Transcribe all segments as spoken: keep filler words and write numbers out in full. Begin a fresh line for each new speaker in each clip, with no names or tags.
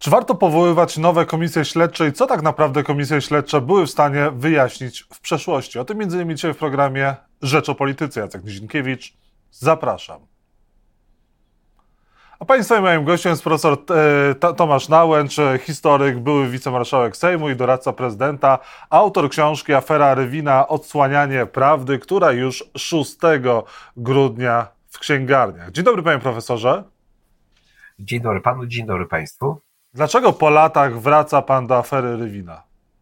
Czy warto powoływać nowe komisje śledcze i co tak naprawdę komisje śledcze były w stanie wyjaśnić w przeszłości? O tym między innymi dzisiaj w programie Rzecz o Polityce. Jacek Nizinkiewicz, zapraszam. A Państwa i moim gościem jest profesor e, Tomasz Nałęcz, historyk, były wicemarszałek Sejmu i doradca prezydenta, autor książki Afera Rywina – Odsłanianie prawdy, która już szóstego grudnia w księgarniach. Dzień dobry, panie profesorze.
Dzień dobry panu, dzień dobry państwu.
Dlaczego po latach wraca pan do afery Rywina?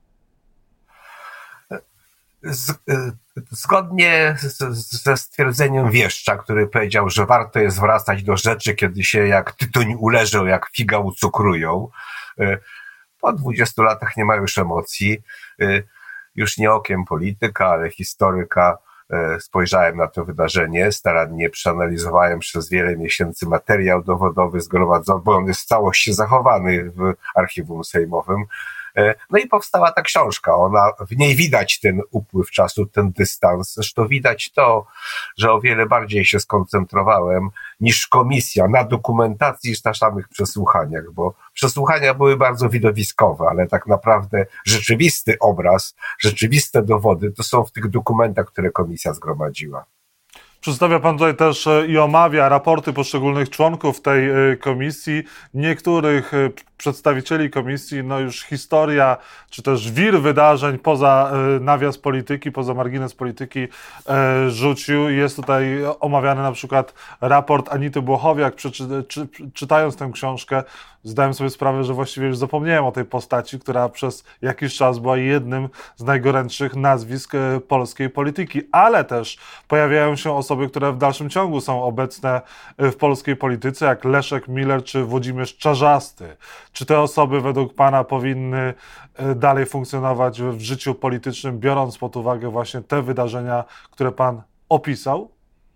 Z, zgodnie z, ze stwierdzeniem wieszcza, który powiedział, że warto jest wracać do rzeczy, kiedy się jak tytoń uleżą, jak figa ucukrują. Po dwudziestu latach nie ma już emocji, już nie okiem polityka, ale historyka. Spojrzałem na to wydarzenie, starannie przeanalizowałem przez wiele miesięcy materiał dowodowy zgromadzony, bo on jest w całości zachowany w archiwum sejmowym. No i powstała ta książka. Ona, w niej widać ten upływ czasu, ten dystans. Zresztą widać to, że o wiele bardziej się skoncentrowałem niż komisja na dokumentacji niż na samych przesłuchaniach, bo przesłuchania były bardzo widowiskowe, ale tak naprawdę rzeczywisty obraz, rzeczywiste dowody to są w tych dokumentach, które komisja zgromadziła.
Przedstawia pan tutaj też i omawia raporty poszczególnych członków tej komisji. Niektórych przedstawicieli komisji, no już historia, czy też wir wydarzeń poza nawias polityki, poza margines polityki rzucił. Jest tutaj omawiany na przykład raport Anity Błochowiak. Przeczy, czy, czytając tę książkę, zdałem sobie sprawę, że właściwie już zapomniałem o tej postaci, która przez jakiś czas była jednym z najgorętszych nazwisk polskiej polityki, ale też pojawiają się osoby, które w dalszym ciągu są obecne w polskiej polityce, jak Leszek Miller czy Włodzimierz Czarzasty. Czy te osoby według pana powinny dalej funkcjonować w życiu politycznym, biorąc pod uwagę właśnie te wydarzenia, które pan opisał?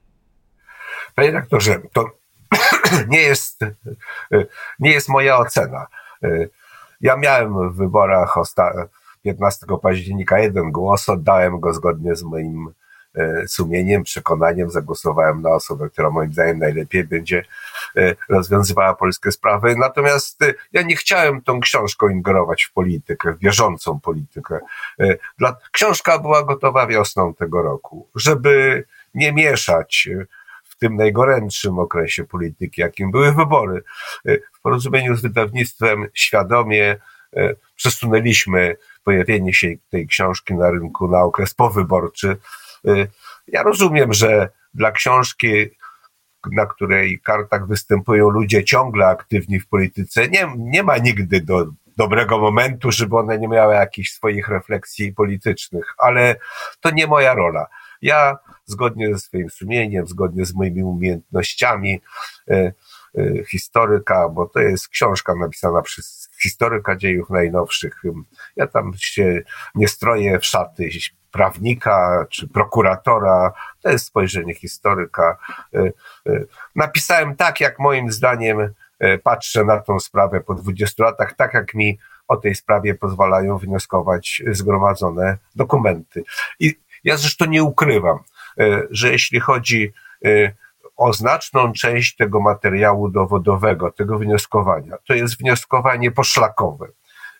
Panie redaktorze, to nie jest, nie jest moja ocena. Ja miałem w wyborach piętnastego października jeden głos, oddałem go zgodnie z moim sumieniem, przekonaniem, zagłosowałem na osobę, która moim zdaniem najlepiej będzie rozwiązywała polskie sprawy. Natomiast ja nie chciałem tą książką ingerować w politykę, w bieżącą politykę. Książka była gotowa wiosną tego roku, żeby nie mieszać w tym najgorętszym okresie polityki, jakim były wybory. W porozumieniu z wydawnictwem świadomie przesunęliśmy pojawienie się tej książki na rynku na okres powyborczy. Ja rozumiem, że dla książki, na której kartach występują ludzie ciągle aktywni w polityce, nie, nie ma nigdy do dobrego momentu, żeby one nie miały jakichś swoich refleksji politycznych, ale to nie moja rola. Ja zgodnie ze swoim sumieniem, zgodnie z moimi umiejętnościami e, e, historyka, bo to jest książka napisana przez historyka dziejów najnowszych. Ja tam się nie stroję w szaty prawnika czy prokuratora, to jest spojrzenie historyka. E, e, napisałem tak, jak moim zdaniem e, patrzę na tą sprawę po dwudziestu latach, tak jak mi o tej sprawie pozwalają wnioskować zgromadzone dokumenty. I ja zresztą nie ukrywam, że jeśli chodzi o znaczną część tego materiału dowodowego, tego wnioskowania, to jest wnioskowanie poszlakowe.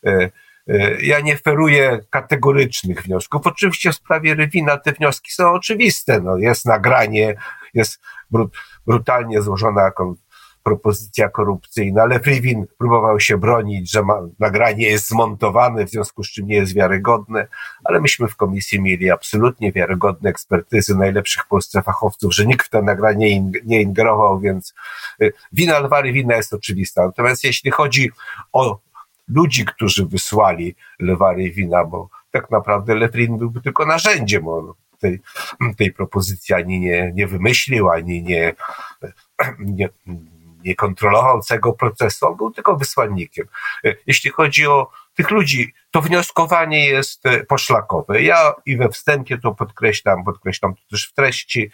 Ja nie feruję kategorycznych wniosków. Oczywiście w sprawie Rywina te wnioski są oczywiste. No, jest nagranie, jest brutalnie złożona propozycja korupcyjna, ale Rywin próbował się bronić, że ma, nagranie jest zmontowane, w związku z czym nie jest wiarygodne, ale myśmy w komisji mieli absolutnie wiarygodne ekspertyzy najlepszych w Polsce fachowców, że nikt w to nagranie in, nie ingerował, więc wina Lwa Rywina jest oczywista. Natomiast jeśli chodzi o ludzi, którzy wysłali Lwa Rywina, bo tak naprawdę Lew Rywin byłby tylko narzędziem, on tej, tej propozycji ani nie, nie wymyślił, ani nie, nie nie kontrolował całego procesu, on był tylko wysłannikiem. Jeśli chodzi o tych ludzi, to wnioskowanie jest poszlakowe. Ja i we wstępie to podkreślam, podkreślam to też w treści.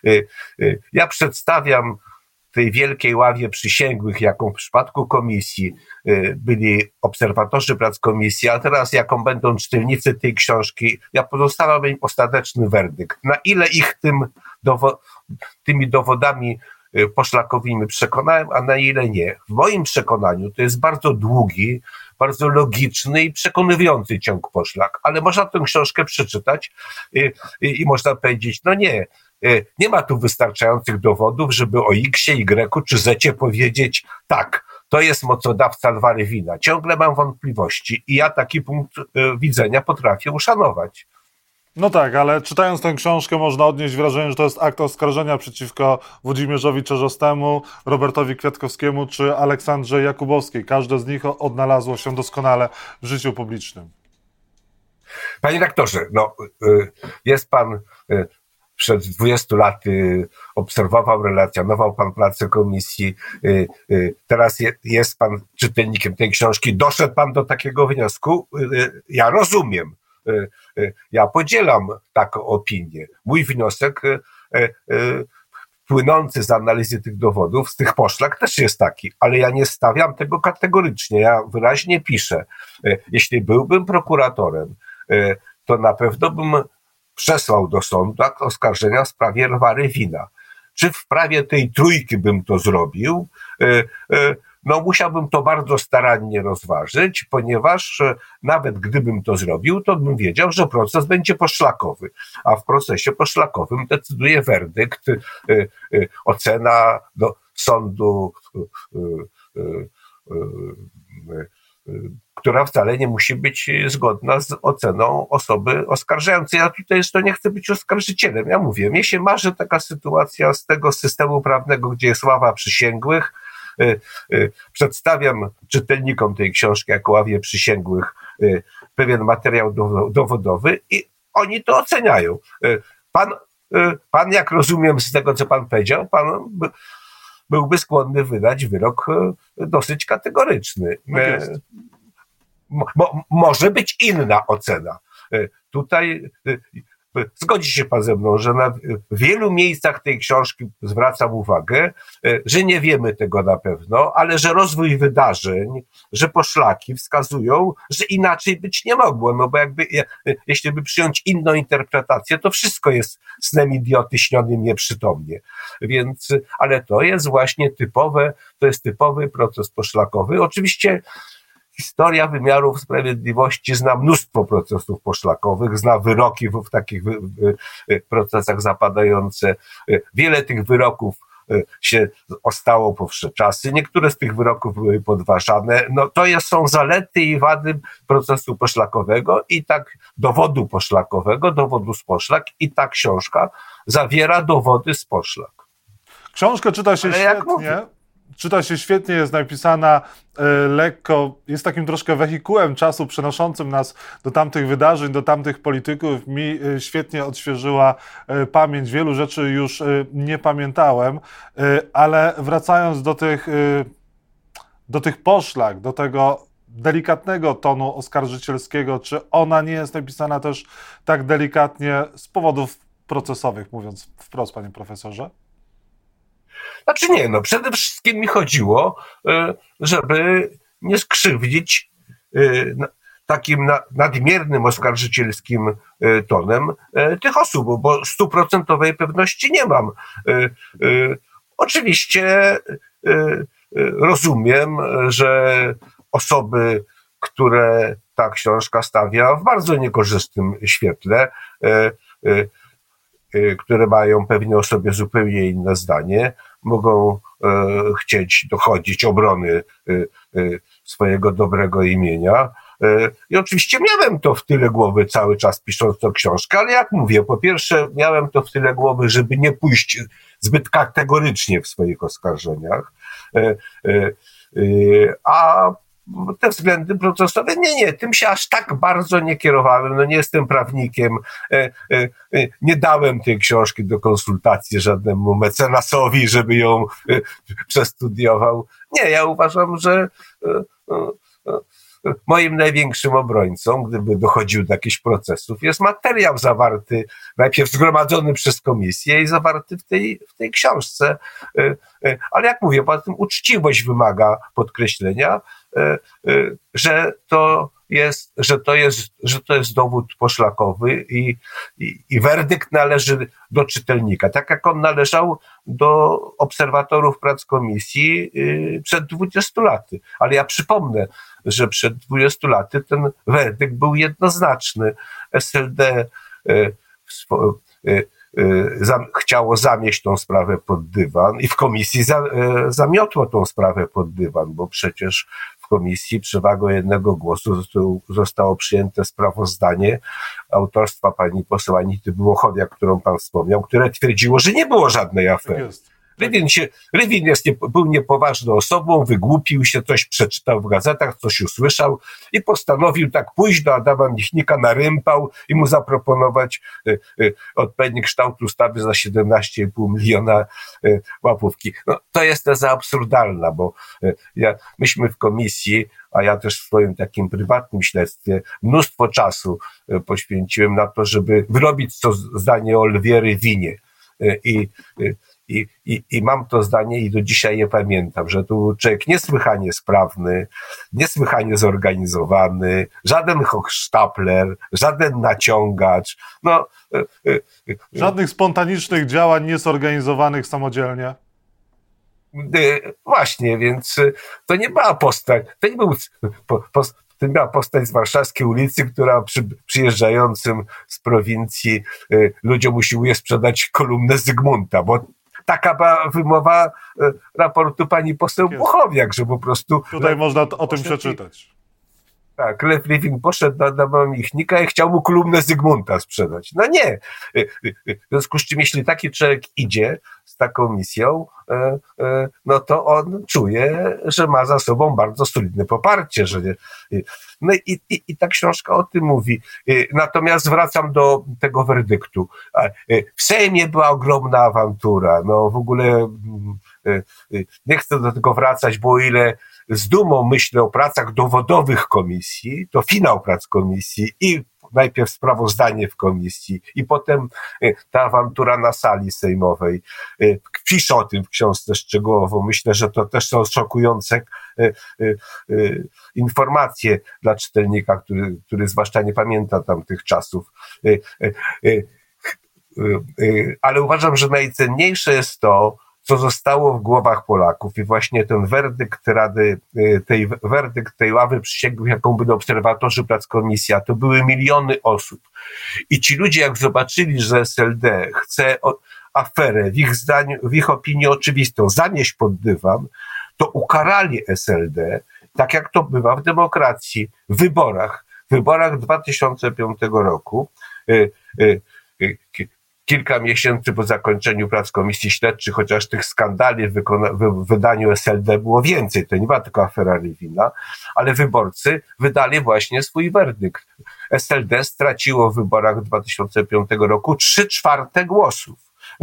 Ja przedstawiam tej wielkiej ławie przysięgłych, jaką w przypadku komisji byli obserwatorzy prac komisji, a teraz jaką będą czytelnicy tej książki, ja pozostawiam im ostateczny werdykt. Na ile ich tym dowo- tymi dowodami poszlakowymi przekonałem, a na ile nie. W moim przekonaniu to jest bardzo długi, bardzo logiczny i przekonujący ciąg poszlak, ale można tę książkę przeczytać i, i, i można powiedzieć, no nie, nie ma tu wystarczających dowodów, żeby o X, Y czy Z powiedzieć tak, to jest mocodawca Lwary Wina. Ciągle mam wątpliwości i ja taki punkt widzenia potrafię uszanować.
No tak, ale czytając tę książkę można odnieść wrażenie, że to jest akt oskarżenia przeciwko Włodzimierzowi Czerzostemu, Robertowi Kwiatkowskiemu czy Aleksandrze Jakubowskiej. Każde z nich odnalazło się doskonale w życiu publicznym.
Panie redaktorze, no, jest pan przed dwudziestu laty, obserwował, relacjonował pan pracę komisji, teraz jest pan czytelnikiem tej książki, doszedł pan do takiego wniosku, ja rozumiem. Ja podzielam taką opinię. Mój wniosek płynący z analizy tych dowodów, z tych poszlak też jest taki, ale ja nie stawiam tego kategorycznie. Ja wyraźnie piszę, jeśli byłbym prokuratorem, to na pewno bym przesłał do sądu akt oskarżenia w sprawie Lwary Wina. Czy w sprawie tej trójki bym to zrobił? No musiałbym to bardzo starannie rozważyć, ponieważ nawet gdybym to zrobił, to bym wiedział, że proces będzie poszlakowy, a w procesie poszlakowym decyduje werdykt, ocena do sądu, która wcale nie musi być zgodna z oceną osoby oskarżającej. Ja tutaj jeszcze nie chcę być oskarżycielem. Ja mówię, mnie się marzy taka sytuacja z tego systemu prawnego, gdzie jest ława przysięgłych. Przedstawiam czytelnikom tej książki jako ławie przysięgłych pewien materiał dowodowy i oni to oceniają. Pan, pan jak rozumiem z tego, co pan powiedział, pan byłby skłonny wydać wyrok dosyć kategoryczny.
Tak
Mo, może być inna ocena. Tutaj zgodzi się pan ze mną, że na wielu miejscach tej książki zwracam uwagę, że nie wiemy tego na pewno, ale że rozwój wydarzeń, że poszlaki wskazują, że inaczej być nie mogło, no bo jakby, jeśli by przyjąć inną interpretację, to wszystko jest snem idioty śnionym nieprzytomnie. Więc, ale to jest właśnie typowe, to jest typowy proces poszlakowy. Oczywiście historia wymiarów sprawiedliwości zna mnóstwo procesów poszlakowych, zna wyroki w, w takich wy, wy, procesach zapadające. Wiele tych wyroków się ostało po wsze czasy. Niektóre z tych wyroków były podważane. No to jest, są zalety i wady procesu poszlakowego i tak dowodu poszlakowego, dowodu z poszlak i ta książka zawiera dowody z poszlak.
Książkę czyta się świetnie. Czyta się świetnie, jest napisana e, lekko, jest takim troszkę wehikułem czasu przenoszącym nas do tamtych wydarzeń, do tamtych polityków. Mi e, świetnie odświeżyła e, pamięć. Wielu rzeczy już e, nie pamiętałem, e, ale wracając do tych, e, do tych poszlak, do tego delikatnego tonu oskarżycielskiego, czy ona nie jest napisana też tak delikatnie z powodów procesowych, mówiąc wprost, panie profesorze?
Znaczy nie, no przede wszystkim mi chodziło, żeby nie skrzywdzić takim nadmiernym oskarżycielskim tonem tych osób, bo stuprocentowej pewności nie mam. Oczywiście rozumiem, że osoby, które ta książka stawia w bardzo niekorzystnym świetle, które mają pewnie o sobie zupełnie inne zdanie, mogą e, chcieć dochodzić obrony e, e, swojego dobrego imienia. E, I oczywiście miałem to w tyle głowy cały czas pisząc tę książkę, ale jak mówię, po pierwsze miałem to w tyle głowy, żeby nie pójść zbyt kategorycznie w swoich oskarżeniach, e, e, e, a te względy procesowe, nie, nie, tym się aż tak bardzo nie kierowałem, no nie jestem prawnikiem, e, e, nie dałem tej książki do konsultacji żadnemu mecenasowi, żeby ją e, przestudiował. Nie, ja uważam, że e, e, moim największym obrońcą, gdyby dochodził do jakichś procesów, jest materiał zawarty, najpierw zgromadzony przez komisję i zawarty w tej, w tej książce. Ale jak mówię, poza tym uczciwość wymaga podkreślenia, że to jest, że to jest, że to jest dowód poszlakowy i, i, i werdykt należy do czytelnika, tak jak on należał do obserwatorów prac komisji przed dwudziestu laty. Ale ja przypomnę, że przed dwudziestu laty ten werdykt był jednoznaczny. S L D chciało zamieść tą sprawę pod dywan i w komisji za, zamiotło tą sprawę pod dywan, bo przecież w komisji przewagą jednego głosu zostało przyjęte sprawozdanie autorstwa pani poseł Anity Byłochowiak, którą pan wspomniał, które twierdziło, że nie było żadnej afery. Rywin, się, Rywin jest nie, był niepoważną osobą, wygłupił się, coś przeczytał w gazetach, coś usłyszał i postanowił tak pójść do Adama Michnika na rympał i mu zaproponować y, y, odpowiedni kształt ustawy za siedemnaście i pół miliona y, łapówki. No, to jest teza absurdalna, bo y, ja, myśmy w komisji, a ja też w swoim takim prywatnym śledztwie mnóstwo czasu y, poświęciłem na to, żeby wyrobić to zdanie o Lwie Rywinie. Y, i y, I, i, I mam to zdanie i do dzisiaj je pamiętam, że tu był człowiek niesłychanie sprawny, niesłychanie zorganizowany, żaden hochsztapler, żaden naciągacz. No, y,
y, Żadnych spontanicznych działań niezorganizowanych samodzielnie.
Y, właśnie, więc to nie była postać, to nie był po, po, to była postać z Warszawskiej ulicy, która przy, przyjeżdżającym z prowincji y, ludziom usiłuje sprzedać kolumnę Zygmunta, bo taka była wymowa raportu pani poseł Buchowiak, że po prostu...
Tutaj można o tym przeczytać.
Tak, Lew Rywin poszedł do Adama Michnika i chciał mu kolumnę Zygmunta sprzedać. No nie. W związku z czym, jeśli taki człowiek idzie z taką misją, no to on czuje, że ma za sobą bardzo solidne poparcie. Że nie. No i, i, i ta książka o tym mówi. Natomiast wracam do tego werdyktu. W Sejmie była ogromna awantura. No w ogóle nie chcę do tego wracać, bo o ile z dumą myślę o pracach dowodowych komisji, to finał prac komisji i najpierw sprawozdanie w komisji i potem ta awantura na sali sejmowej. Piszę o tym w książce szczegółowo. Myślę, że to też są szokujące informacje dla czytelnika, który, który zwłaszcza nie pamięta tamtych czasów. Ale uważam, że najcenniejsze jest to, co zostało w głowach Polaków i właśnie ten werdykt Rady, tej werdykt tej ławy przysięgłych, jaką byli obserwatorzy prac komisji, a to były miliony osób. I ci ludzie, jak zobaczyli, że S L D chce aferę, w ich zdaniu, w ich opinii oczywistą, zanieść pod dywan, to ukarali S L D, tak jak to bywa w demokracji, w wyborach. W wyborach dwa tysiące piątego roku, y, y, y, kilka miesięcy po zakończeniu prac komisji śledczych, chociaż tych skandali w, wykona- w wydaniu S L D było więcej, to nie była tylko afera Rywina, ale wyborcy wydali właśnie swój werdykt. S L D straciło w wyborach dwa tysiące piątego roku trzy czwarte głosów.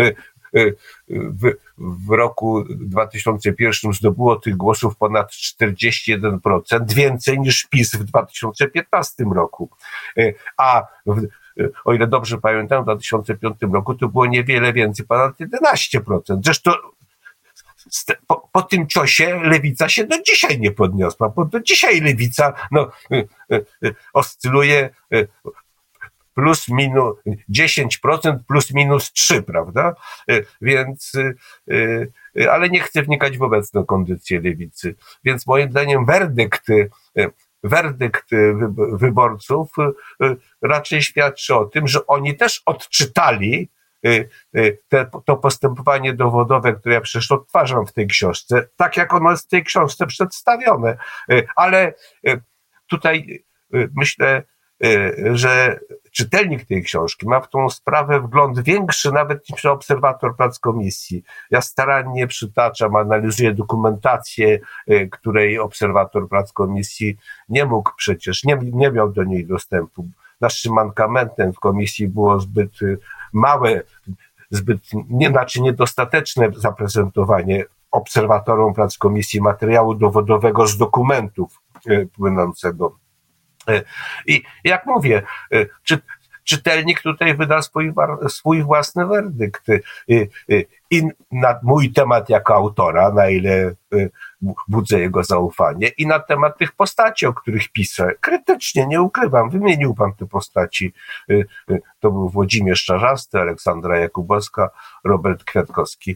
W, w roku dwa tysiące pierwszym zdobyło tych głosów ponad czterdzieści jeden procent, więcej niż PiS w dwa tysiące piętnastym roku. A w, o ile dobrze pamiętam, w dwa tysiące piątym roku to było niewiele więcej, ponad jedenaście procent. Zresztą po, po tym ciosie lewica się do dzisiaj nie podniosła, bo do dzisiaj lewica no, y, y, y, oscyluje y, plus minus dziesięć procent, plus minus trzy, prawda? Y, więc, y, y, ale nie chcę wnikać w obecną kondycję lewicy. Więc moim zdaniem werdykt y, werdykt wyborców raczej świadczy o tym, że oni też odczytali te, to postępowanie dowodowe, które ja przecież odtwarzam w tej książce, tak jak ono jest w tej książce przedstawione. Ale tutaj myślę, że czytelnik tej książki ma w tą sprawę wgląd większy nawet niż obserwator prac komisji. Ja starannie przytaczam, analizuję dokumentację, której obserwator prac komisji nie mógł przecież, nie, nie miał do niej dostępu. Naszym mankamentem w komisji było zbyt małe, zbyt, nie, znaczy niedostateczne zaprezentowanie obserwatorom prac komisji materiału dowodowego z dokumentów płynącego. I jak mówię, czy czytelnik tutaj wyda swój, swój własny werdykt i na mój temat jako autora, na ile budzę jego zaufanie, i na temat tych postaci, o których piszę. Krytycznie, nie ukrywam, wymienił pan te postaci. To był Włodzimierz Czarzasty, Aleksandra Jakubowska, Robert Kwiatkowski.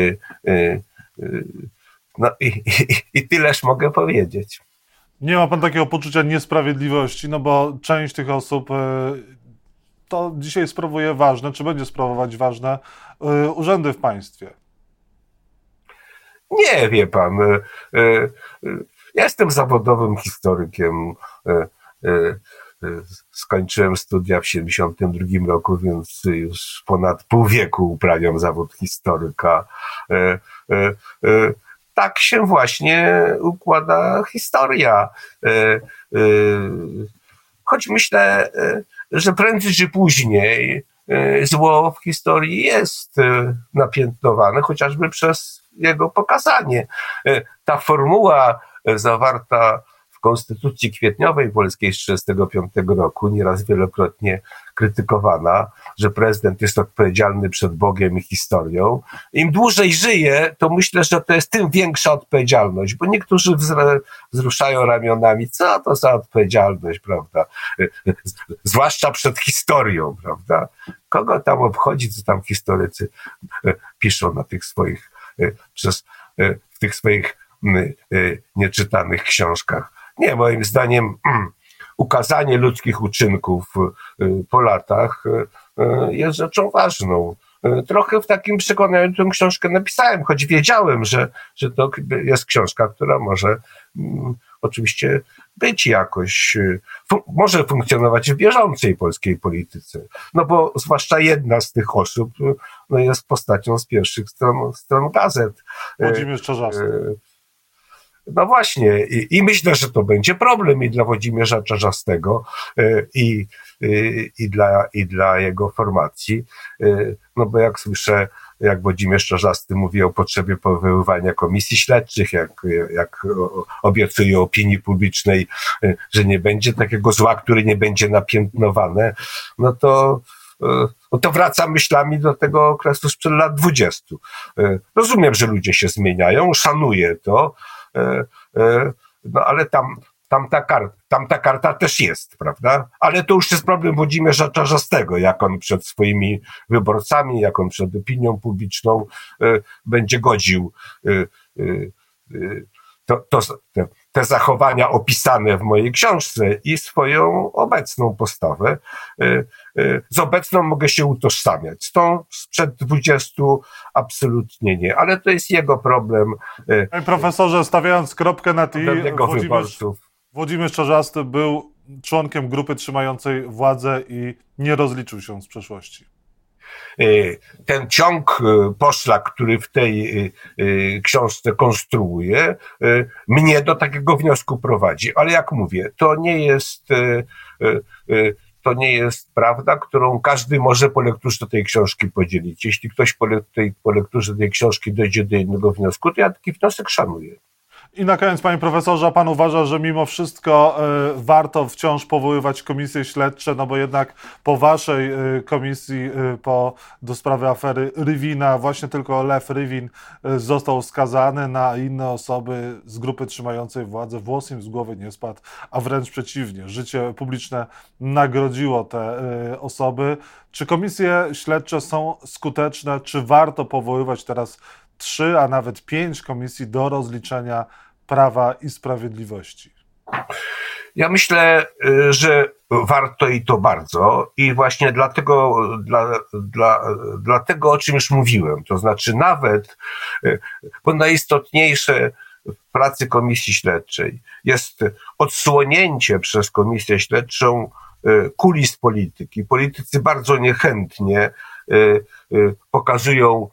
No i, i, i tyleż mogę powiedzieć.
Nie ma pan takiego poczucia niesprawiedliwości, no bo część tych osób to dzisiaj sprawuje ważne, czy będzie sprawować ważne urzędy w państwie?
Nie, wie pan. Ja jestem zawodowym historykiem. Skończyłem studia w siedemdziesiątym drugim roku, więc już ponad pół wieku uprawiam zawód historyka. Tak się właśnie układa historia. Choć myślę, że prędzej czy później zło w historii jest napiętnowane, chociażby przez jego pokazanie. Ta formuła zawarta w Konstytucji Kwietniowej Polskiej z tysiąc dziewięćset trzydziestego piątego roku, nieraz wielokrotnie krytykowana, że prezydent jest odpowiedzialny przed Bogiem i historią. Im dłużej żyje, to myślę, że to jest tym większa odpowiedzialność, bo niektórzy wzruszają ramionami, co to za odpowiedzialność, prawda? Zwłaszcza przed historią, prawda? Kogo tam obchodzi, co tam historycy piszą na tych swoich, przez, w tych swoich nieczytanych książkach. Nie, moim zdaniem ukazanie ludzkich uczynków po latach jest rzeczą ważną. Trochę w takim przekonaniu tę książkę napisałem, choć wiedziałem, że, że to jest książka, która może um, oczywiście być jakoś, fu- może funkcjonować w bieżącej polskiej polityce. No bo zwłaszcza jedna z tych osób no, jest postacią z pierwszych stron, stron gazet.
Włodzimierz Czarzasty.
No właśnie, i, i myślę, że to będzie problem i dla Włodzimierza Czarzastego, i, i, i, dla, i dla jego formacji. No bo jak słyszę, jak Włodzimierz Czarzasty mówi o potrzebie powoływania komisji śledczych, jak, jak obiecuje opinii publicznej, że nie będzie takiego zła, które nie będzie napiętnowane, no to No to wracam myślami do tego okresu sprzed lat dwudziestu. Rozumiem, że ludzie się zmieniają, szanuję to, no ale tam, tam, ta karta, tam ta karta też jest, prawda? Ale to już jest problem Włodzimierza Czarzastego, jak on przed swoimi wyborcami, jak on przed opinią publiczną będzie godził to, to, te, te zachowania opisane w mojej książce i swoją obecną postawę. Z obecną mogę się utożsamiać. Z tą sprzed dwudziestu absolutnie nie, ale to jest jego problem.
Panie profesorze, stawiając kropkę na i,
jego
Włodzimierz,
wyborców.
Włodzimierz Czarzasty był członkiem grupy trzymającej władzę i nie rozliczył się z przeszłości.
Ten ciąg poszlak, który w tej książce konstruuje, mnie do takiego wniosku prowadzi. Ale jak mówię, to nie jest, to nie jest prawda, którą każdy może po lekturze tej książki podzielić. Jeśli ktoś po, le- tej, po lekturze tej książki dojdzie do innego wniosku, to ja taki wniosek szanuję.
I na koniec, panie profesorze, a pan uważa, że mimo wszystko y, warto wciąż powoływać komisje śledcze, no bo jednak po waszej y, komisji y, po, do sprawy afery Rywina właśnie tylko Lew Rywin y, został skazany, na inne osoby z grupy trzymającej władzę włos im z głowy nie spadł, a wręcz przeciwnie, życie publiczne nagrodziło te y, osoby. Czy komisje śledcze są skuteczne? Czy warto powoływać teraz trzy, a nawet pięć komisji do rozliczenia Prawa i Sprawiedliwości?
Ja myślę, że warto i to bardzo i właśnie dlatego, dla, dla, dlatego o czym już mówiłem, to znaczy nawet, bo najistotniejsze w pracy komisji śledczej jest odsłonięcie przez komisję śledczą kulis polityki. Politycy bardzo niechętnie pokazują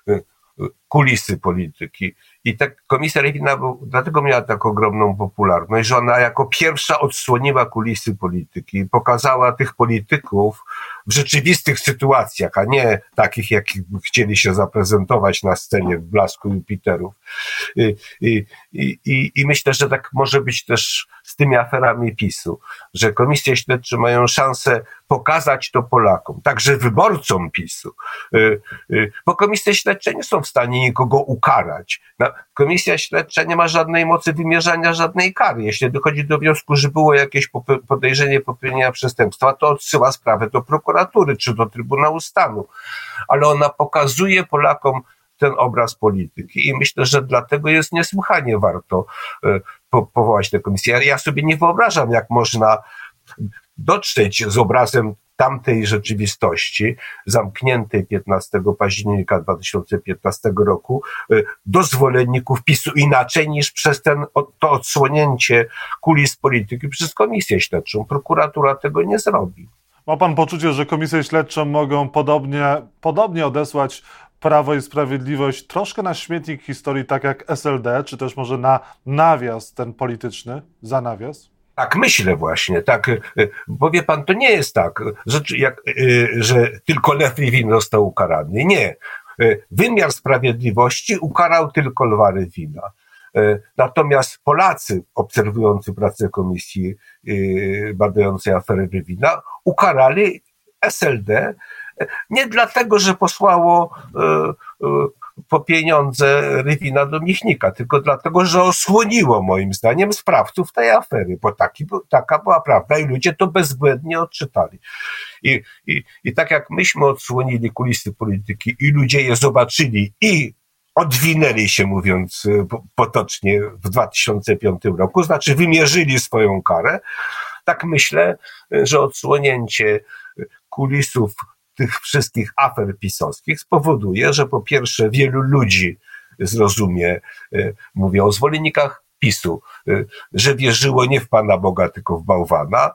kulisy polityki. I ta komisja Rywina dlatego miała tak ogromną popularność, że ona jako pierwsza odsłoniła kulisy polityki, pokazała tych polityków w rzeczywistych sytuacjach, a nie takich, jakich chcieli się zaprezentować na scenie w blasku Jupiterów. I, i, i, i myślę, że tak może być też z tymi aferami PiSu, że komisje śledcze mają szansę pokazać to Polakom, także wyborcom PiSu, bo komisje śledcze nie są w stanie nikogo ukarać. Komisja śledcza nie ma żadnej mocy wymierzania żadnej kary. Jeśli dochodzi do wniosku, że było jakieś podejrzenie popełnienia przestępstwa, to odsyła sprawę do prokuratury czy do Trybunału Stanu. Ale ona pokazuje Polakom ten obraz polityki i myślę, że dlatego jest niesłychanie warto po, powołać tę komisję. Ja sobie nie wyobrażam, jak można dotrzeć z obrazem tamtej rzeczywistości, zamkniętej piętnastego października dwa tysiące piętnastego roku, do zwolenników PiSu inaczej niż przez ten, to odsłonięcie kulis polityki przez komisję śledczą. Prokuratura tego nie zrobi.
Ma pan poczucie, że komisje śledcze mogą podobnie, podobnie odesłać Prawo i Sprawiedliwość troszkę na śmietnik historii, tak jak S L D, czy też może na nawias ten polityczny, za nawias?
Tak, myślę właśnie, tak, bo wie pan, to nie jest tak, że, jak, że tylko Lew Rywin został ukarany. Nie. Wymiar sprawiedliwości ukarał tylko Lwa Rywina. Natomiast Polacy, obserwujący pracę komisji badającej aferę Rywina, ukarali S L D nie dlatego, że posłało po pieniądze Rywina do Michnika, tylko dlatego, że osłoniło moim zdaniem sprawców tej afery, bo taki, taka była prawda i ludzie to bezbłędnie odczytali. I, i, I tak jak myśmy odsłonili kulisy polityki i ludzie je zobaczyli i odwinęli się, mówiąc potocznie, w dwa tysiące piątym roku, znaczy wymierzyli swoją karę, tak myślę, że odsłonięcie kulisów tych wszystkich afer pisowskich spowoduje, że po pierwsze wielu ludzi zrozumie, mówię o zwolennikach PiSu, że wierzyło nie w Pana Boga, tylko w bałwana,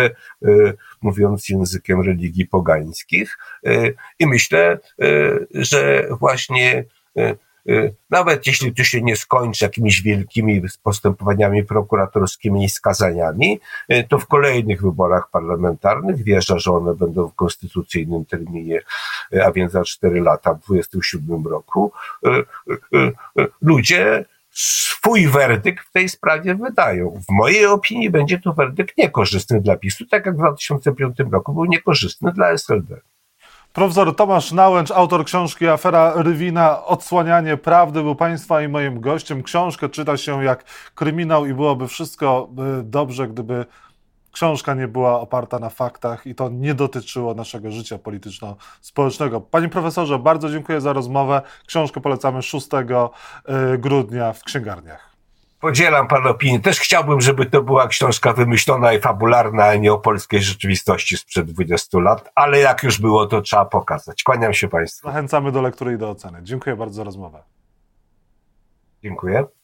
mówiąc językiem religii pogańskich. I myślę, że właśnie nawet jeśli to się nie skończy jakimiś wielkimi postępowaniami prokuratorskimi i skazaniami, to w kolejnych wyborach parlamentarnych, wierzę, że one będą w konstytucyjnym terminie, a więc za cztery lata, w dwudziestym siódmym roku, ludzie swój werdykt w tej sprawie wydają. W mojej opinii będzie to werdykt niekorzystny dla PiSu, tak jak w dwa tysiące piątym roku był niekorzystny dla S L D.
Profesor Tomasz Nałęcz, autor książki Afera Rywina, odsłanianie prawdy, był Państwa i moim gościem. Książkę czyta się jak kryminał i byłoby wszystko dobrze, gdyby książka nie była oparta na faktach i to nie dotyczyło naszego życia polityczno-społecznego. Panie profesorze, bardzo dziękuję za rozmowę. Książkę polecamy szóstego grudnia w księgarniach.
Podzielam Pana opinię. Też chciałbym, żeby to była książka wymyślona i fabularna, a nie o polskiej rzeczywistości sprzed dwudziestu lat, ale jak już było, to trzeba pokazać. Kłaniam się Państwu.
Zachęcamy do lektury i do oceny. Dziękuję bardzo za rozmowę.
Dziękuję.